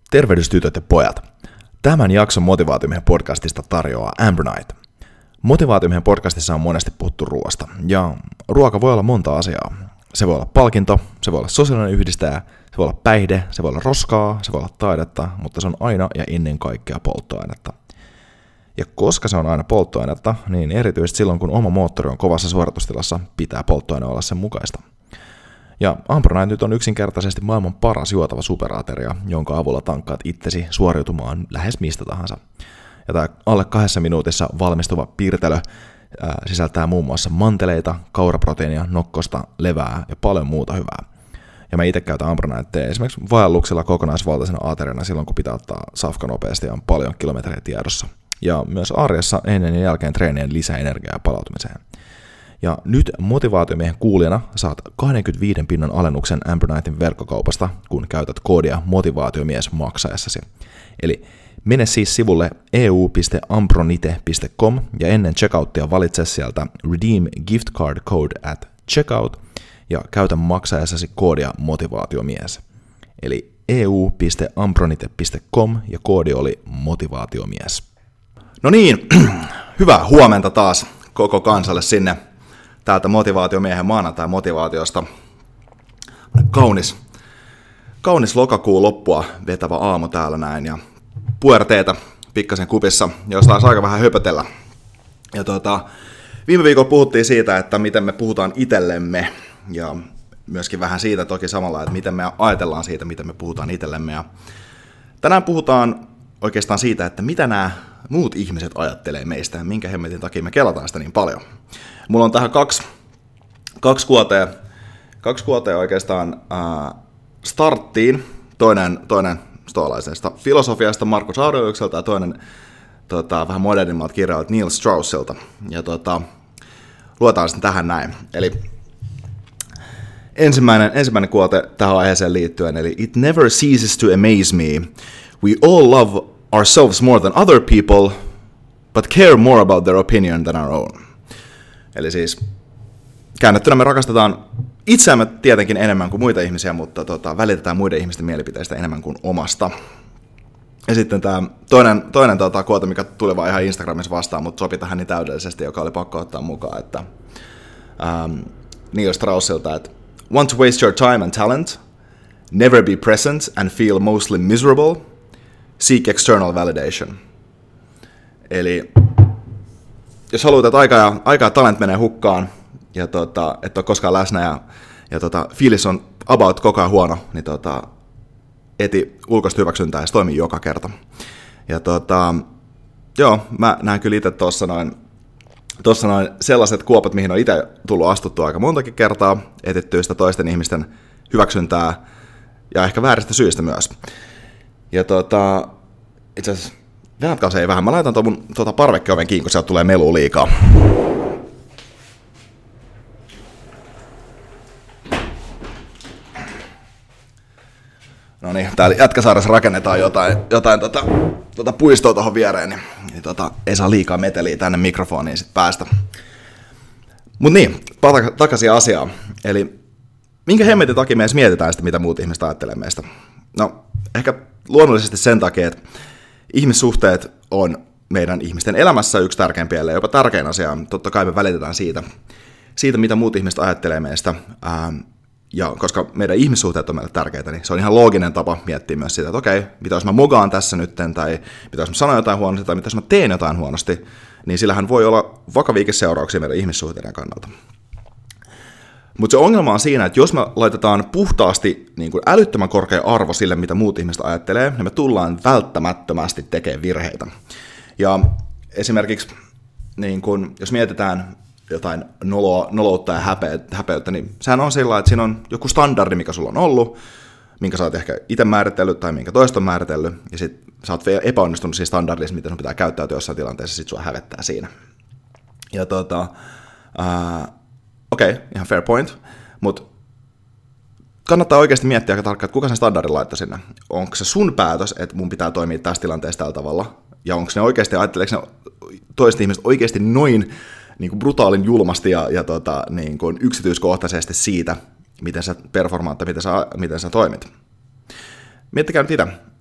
Tervehdys tytöt ja pojat. Tämän jakson Motivaatiomiehen podcastista tarjoaa Amber Knight. Motivaatiomiehen podcastissa on monesti puhuttu ruoasta, ja ruoka voi olla monta asiaa. Se voi olla palkinto, se voi olla sosiaalinen yhdistäjä, se voi olla päihde, se voi olla roskaa, se voi olla taidetta, mutta se on aina ja ennen kaikkea polttoainetta. Ja koska se on aina polttoainetta, niin erityisesti silloin kun oma moottori on kovassa suoritustilassa, pitää polttoaine olla sen mukaista. Ja Amber Knight nyt on yksinkertaisesti maailman paras juotava superateria, jonka avulla tankkaat itsesi suoriutumaan lähes mistä tahansa. Ja tämä alle 2 minuutissa valmistuva piirtelö sisältää muun muassa manteleita, kauraproteiinia, nokkosta, levää ja paljon muuta hyvää. Ja mä itse käytän Amber Knightia esimerkiksi vaelluksella kokonaisvaltaisena ateriana silloin, kun pitää ottaa safka nopeasti ja on paljon kilometrejä tiedossa. Ja myös arjessa ennen ja jälkeen treenien lisäenergiaa palautumiseen. Ja nyt Motivaatiomiehen kuulijana saat 25% alennuksen Amber Knightin verkkokaupasta, kun käytät koodia motivaatiomies maksaessasi. Eli mene siis sivulle eu.ambronite.com ja ennen checkouttia valitse sieltä Redeem Gift Card Code at checkout ja käytä maksaessasi koodia motivaatiomies. Eli eu.ambronite.com ja koodi oli motivaatiomies. No niin, hyvää huomenta taas koko kansalle sinne. Täältä Motivaatiomiehen maanantai motivaatiosta. Kaunis lokakuun loppua vetävä aamu täällä näin ja puerteetä pikkasen kupissa, josta olisi aika vähän höpötellä. Ja viime viikolla puhuttiin siitä, että miten me puhutaan itsellemme ja myöskin vähän siitä toki samalla, että miten me ajatellaan siitä, miten me puhutaan itsellemme. Ja tänään puhutaan oikeastaan siitä, että mitä nämä muut ihmiset ajattelee meistä ja minkä hemmetin takia me kelataan sitä niin paljon. Mulla on tähän kaksi kuotea oikeastaan starttiin. Toinen stoalaisesta filosofiasta Markus Aureliukselta ja toinen vähän modernimmalta kirjailijalta Neil Straussilta. Ja luetaan sitten tähän näin. Eli ensimmäinen kuote tähän aiheeseen liittyen, eli It never ceases to amaze me. We all love ourselves more than other people, but care more about their opinion than our own. Eli siis käännettynä me rakastetaan itseämme tietenkin enemmän kuin muita ihmisiä, mutta välitetään muiden ihmisten mielipiteistä enemmän kuin omasta. Ja sitten tämä toinen kuote, mikä tuli vaan ihan Instagramissa vastaan, mutta sopi tähän niin täydellisesti, joka oli pakko ottaa mukaan, että Neil Straussilta, että Want to waste your time and talent? Never be present and feel mostly miserable? Seek external validation. Eli jos haluat, että aika ja talent menee hukkaan, ja et ole koskaan läsnä, ja fiilis on about koko ajan huono, niin eti ulkoista hyväksyntää, ja se toimii joka kerta. Ja joo, mä näen kyllä itse tuossa noin sellaiset kuopat, mihin on itse tullut astuttua aika montakin kertaa, etittyä sitä toisten ihmisten hyväksyntää, ja ehkä vääristä syistä myös. Ja itse asiassa, venatkaa se ei vähän, mä laitan mun parvekkeoven kiinni, kun sieltä tulee melua liikaa. No niin, täällä Jätkäsaaressa rakennetaan jotain puistoa tuohon viereen, niin ei saa liikaa meteliä tänne mikrofoniin sit päästä. Mut niin, takaisin asiaan. Eli minkä hemmetin takia me edes mietitään sitä, mitä muut ihmiset ajattelee meistä? No, ehkä luonnollisesti sen takia, että ihmissuhteet on meidän ihmisten elämässä yksi tärkeimpiä, ja jopa tärkein asia. Totta kai me välitetään siitä mitä muut ihmiset ajattelee meistä. Ja koska meidän ihmissuhteet on meille tärkeitä, niin se on ihan looginen tapa miettiä myös sitä, että okei, mitä jos mä mogaan tässä nytten, tai mitä jos mä sanon jotain huonosti, tai mitä jos mä teen jotain huonosti, niin sillähän voi olla vakaviakin seurauksia meidän ihmissuhteiden kannalta. Mutta se ongelma on siinä, että jos me laitetaan puhtaasti niin kuin älyttömän korkea arvo sille, mitä muut ihmiset ajattelee, niin me tullaan välttämättömästi tekemään virheitä. Ja esimerkiksi, niin kun, jos mietitään jotain noloutta ja häpeyttä, niin sehän on sillä, että siinä on joku standardi, mikä sulla on ollut, minkä sä oot ehkä itse määritellyt tai minkä toista on määritellyt, ja sit sä oot epäonnistunut siinä standardissa, miten sun pitää käyttäytyä jossain tilanteessa, sit sua hävettää siinä. Ja okei, ihan fair point, mutta kannattaa oikeasti miettiä aika tarkkaan, että kuka sen standardin laittoi sinne. Onko se sun päätös, että mun pitää toimia tässä tilanteessa tällä tavalla, ja onko ne oikeasti, ajatteleeko ne toiset ihmiset oikeasti noin niin kuin brutaalin julmasti ja niin kuin yksityiskohtaisesti siitä, miten sä performaat, miten sä toimit. Miettikää nyt itse.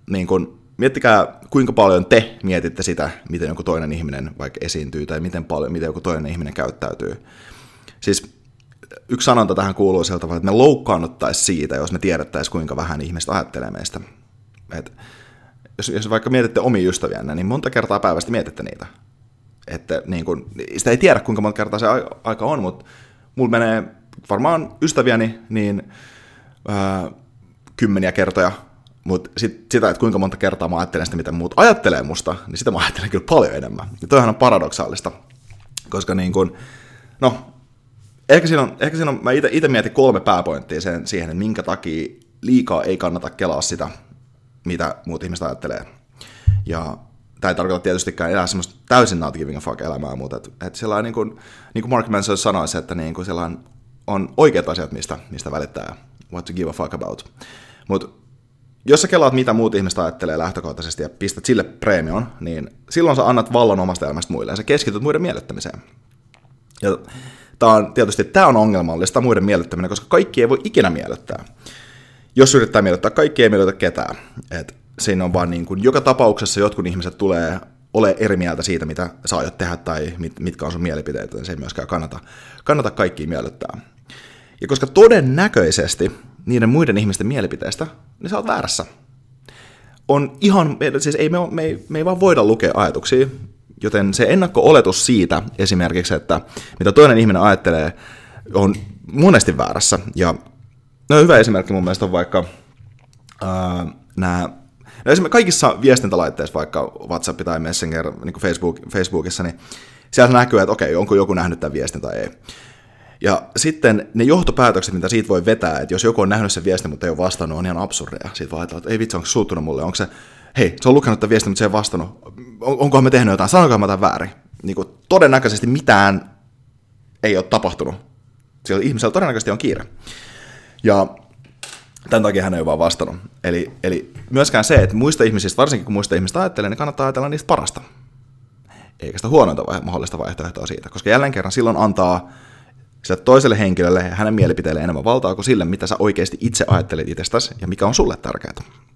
niin kun, miettikää, kuinka paljon te mietitte sitä, miten joku toinen ihminen vaikka esiintyy, tai miten joku toinen ihminen käyttäytyy. Siis yksi sanonta tähän kuuluu sillä tavalla, että me loukkaannuttaisiin siitä, jos me tiedettäisiin, kuinka vähän ihmiset ajattelee meistä. Et jos vaikka mietitte omia ystäviänne, niin monta kertaa päivästä mietitte niitä. Että niin kun, sitä ei tiedä, kuinka monta kertaa se aika on, mutta mulla menee varmaan ystäviäni niin kymmeniä kertoja, mutta sitä, että kuinka monta kertaa mä ajattelen sitä, mitä muut ajattelee musta, niin sitä mä ajattelen kyllä paljon enemmän. Ja toihan on paradoksaalista, koska niin kun, no, ehkä siinä on mä itse mietin 3 pääpointtia siihen, että minkä takia liikaa ei kannata kelaa sitä, mitä muut ihmiset ajattelee. Ja tämä ei tarkoita tietystikään elää semmoista täysin not giving a fuck elämää, mutta että sellainen, niin kuin Mark Manson sanoisi, että niin kuin sellainen on oikeat asiat, mistä välittää, what to give a fuck about. Mutta jos sä kelaat, mitä muut ihmiset ajattelee lähtökohtaisesti ja pistät sille preemion, niin silloin sä annat vallan omasta elämästä muille ja sä keskityt muiden miellyttämiseen. Ja tämä on ongelmallista muiden miellyttäminen, koska kaikki ei voi ikinä miellyttää. Jos yrittää miellyttää, kaikki ei miellytä ketään. Et siinä on vaan niin kuin, joka tapauksessa jotkut ihmiset tulee ole eri mieltä siitä, mitä sä aiot tehdä tai mitkä on sun mielipiteitä, se ei myöskään kannata kaikkia miellyttää. Ja koska todennäköisesti niiden muiden ihmisten mielipiteistä, niin sä oot väärässä. On ihan, siis me ei vaan voida lukea ajatuksia, joten se ennakko-oletus siitä esimerkiksi, että mitä toinen ihminen ajattelee, on monesti väärässä. Ja no, hyvä esimerkki mun mielestä on vaikka esimerkiksi kaikissa viestintälaitteissa, vaikka WhatsApp tai Messenger, niin kuin Facebookissa, niin siellä näkyy, että okei, onko joku nähnyt tämän viestin tai ei. Ja sitten ne johtopäätökset, mitä siitä voi vetää, että jos joku on nähnyt sen viestin, mutta ei ole vastannut, on ihan absurdeja. Siitä voi ajatella, että ei vitsi, onko se suuttunut mulle, onko se, hei, se on lukenut tämän viestin, mutta se ei vastannut, onkohan me tehnyt jotain, sanoinkohan mä jotain väärin. Niin kuin todennäköisesti mitään ei ole tapahtunut. Sillä ihmisellä todennäköisesti on kiire. Ja tämän takia hän ei ole vaan vastannut. Eli myöskään se, että muista ihmisistä, varsinkin kun muista ihmistä ajattelee, niin kannattaa ajatella niistä parasta. Eikä sitä huonointa mahdollista vaihtoehtoa siitä. Koska jälleen kerran silloin antaa sille toiselle henkilölle ja hänen mielipiteelle enemmän valtaa kuin sille, mitä sä oikeasti itse ajattelet itsestäsi ja mikä on sulle tärkeää.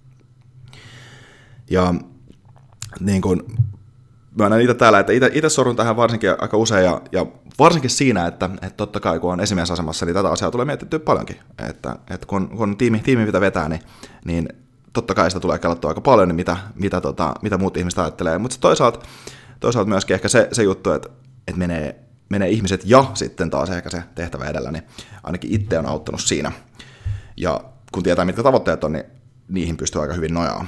Ja niin kuin mä näen itse täällä, että itse sorrun tähän varsinkin aika usein ja varsinkin siinä, että totta kai kun on esimiesasemassa, niin tätä asiaa tulee mietittyä paljonkin. Että kun tiimi mitä vetää, niin totta kai sitä tulee kelattua aika paljon, niin mitä muut ihmiset ajattelee. Mutta toisaalta myöskin ehkä se juttu, että menee ihmiset ja sitten taas ehkä se tehtävä edellä, niin ainakin itse on auttanut siinä. Ja kun tietää, mitkä tavoitteet on, niin niihin pystyy aika hyvin nojaamaan.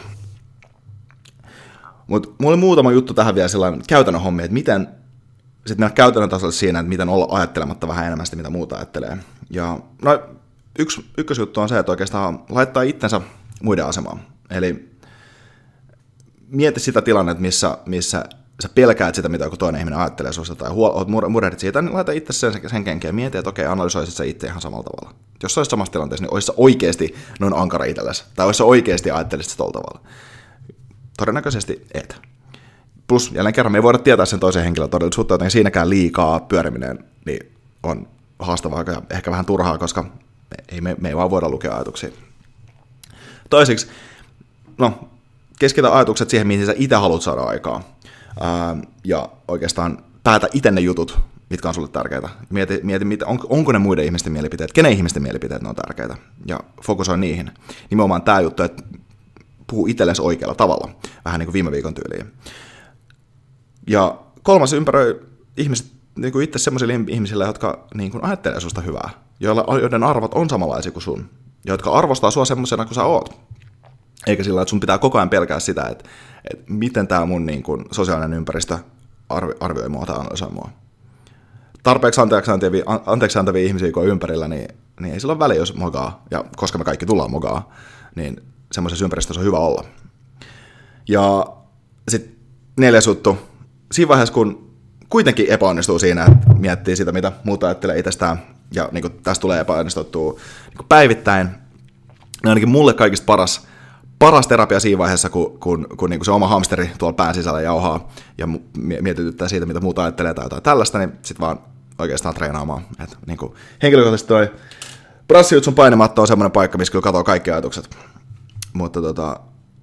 Mutta mulla oli muutama juttu tähän vielä sellainen käytännön hommi, että miten sitten mennä käytännön tasolle siinä, että miten olla ajattelematta vähän enemmän sitä, mitä muuta ajattelee. Ja no, ykkösjuttu on se, että oikeastaan laittaa itsensä muiden asemaan. Eli mieti sitä tilannetta, missä sä pelkäät sitä, mitä joku toinen ihminen ajattelee susta, tai murehdit siitä, niin laita itse sen kenkeen ja mieti, että okei, analysoisit sä itse ihan samalla tavalla. Jos sä olisit samassa tilanteessa, niin olisit sä oikeasti noin ankara itsellesi, tai olisit sä oikeasti ajattelisit sitä tuolla tavalla. Todennäköisesti et. Plus, jälleen kerran, me ei voida tietää sen toisen henkilön todellisuutta, joten siinäkään liikaa pyöriminen niin on haastavaa ja ehkä vähän turhaa, koska me ei vaan voida lukea ajatuksia. Toiseksi, no, keskitä ajatukset siihen, mihin sä itse haluat saada aikaa. Ja oikeastaan päätä itse ne jutut, mitkä on sulle tärkeitä. Mieti onko ne muiden ihmisten mielipiteet, kenen ihmisten mielipiteet ne on tärkeitä, ja fokusoi niihin. Nimenomaan tämä juttu, että puhu itsellesi oikealla tavalla, vähän niin kuin viime viikon tyyliin. Ja kolmas, ympäröi ihmiset niin kuin itse sellaisille ihmisille, jotka niin kuin ajattelee susta hyvää, joiden arvot on samanlaisia kuin sun, jotka arvostaa sua semmoisena kuin sä oot. Eikä sillä, että sun pitää koko ajan pelkää sitä, että miten tämä mun niin kuin sosiaalinen ympäristö arvioi mua tai analysoi mua. Tarpeeksi anteeksi antavia ihmisiä, kun on ympärillä, niin ei sillä ole väliä, jos mogaa. Ja koska me kaikki tullaan mogaa, niin semmoisessa ympäristössä on hyvä olla. Ja sitten 4. juttu. Siinä vaiheessa, kun kuitenkin epäonnistuu siinä, että miettii sitä, mitä muuta ajattelee itsestään, ja niin kuin tästä tulee epäonnistuttua niin päivittäin, niin ainakin mulle kaikista paras terapia siinä vaiheessa, kun niin kuin se oma hamsteri tuolla pään sisällä jauhaa ja mietityttää siitä, mitä muuta ajattelee tai jotain tällaista, niin sitten vaan oikeastaan treenaamaan. Et, niin kuin henkilökohtaisesti toi brassijutsun painimatto on semmoinen paikka, missä kyllä katsoo kaikki ajatukset. Mutta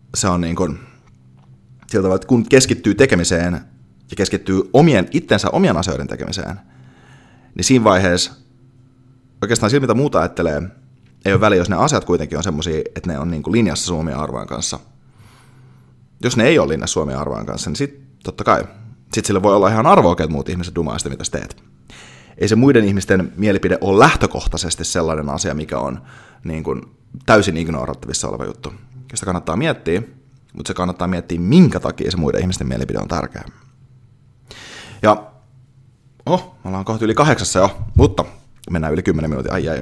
se on niin kuin, sillä tavalla, että kun keskittyy tekemiseen ja keskittyy omien asioiden tekemiseen, niin siinä vaiheessa oikeastaan sillä, mitä muuta ajattelee, ei ole väliä, jos ne asiat kuitenkin on semmoisia, että ne on niin kuin linjassa Suomen arvojen kanssa. Jos ne ei ole linjassa Suomen arvojen kanssa, niin sitten totta kai, sitten sille voi olla ihan arvoa, että muut ihmiset dumaa sitä, mitä sä teet. Ei se muiden ihmisten mielipide ole lähtökohtaisesti sellainen asia, mikä on niin kuin täysin ignorattavissa oleva juttu. Sitä kannattaa miettiä, mutta se kannattaa miettiä, minkä takia se muiden ihmisten mielipide on tärkeä. Ja, me ollaan kohta yli 8 jo, mutta mennään yli 10 minuutin, ai.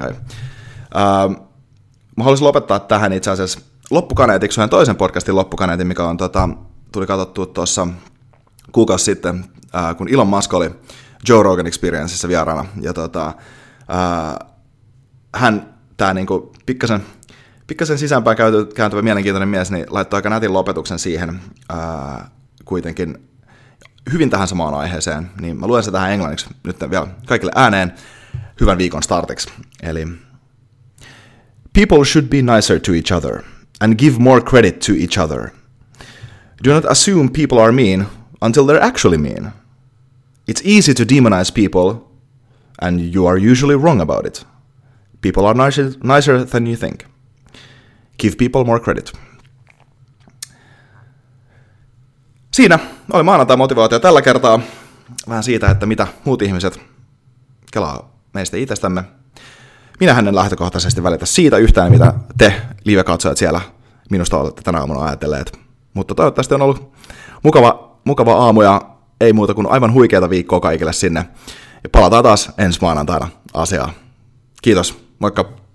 Mä haluaisin lopettaa tähän itse asiassa loppukaneetiksi yhden toisen podcastin loppukaneetin, mikä on, tuli katsottua tuossa kuukausi sitten, kun Elon Musk oli Joe Rogan Experienceissa vieraana, ja hän, tää niinku pikkasen sisäänpäin kääntyvä mielenkiintoinen mies, niin laittoi aika nätin lopetuksen siihen kuitenkin hyvin tähän samaan aiheeseen, niin mä luen se tähän englanniksi nyt vielä kaikille ääneen hyvän viikon startiksi. Eli people should be nicer to each other and give more credit to each other. Do not assume people are mean until they're actually mean. It's easy to demonize people and you are usually wrong about it. People are nicer than you think. Give people more credit. Siinä oli maanantai-motivaatio tällä kertaa. Vähän siitä, että mitä muut ihmiset kelaa meistä itsestämme. Minähän en lähtökohtaisesti välitä siitä yhtään, mitä te live-katsojat siellä minusta olette tänä aamuna ajatelleet. Mutta toivottavasti on ollut mukava aamu ja ei muuta kuin aivan huikeata viikkoa kaikille sinne. Ja palataan taas ensi maanantaina asiaan. Kiitos, moikka!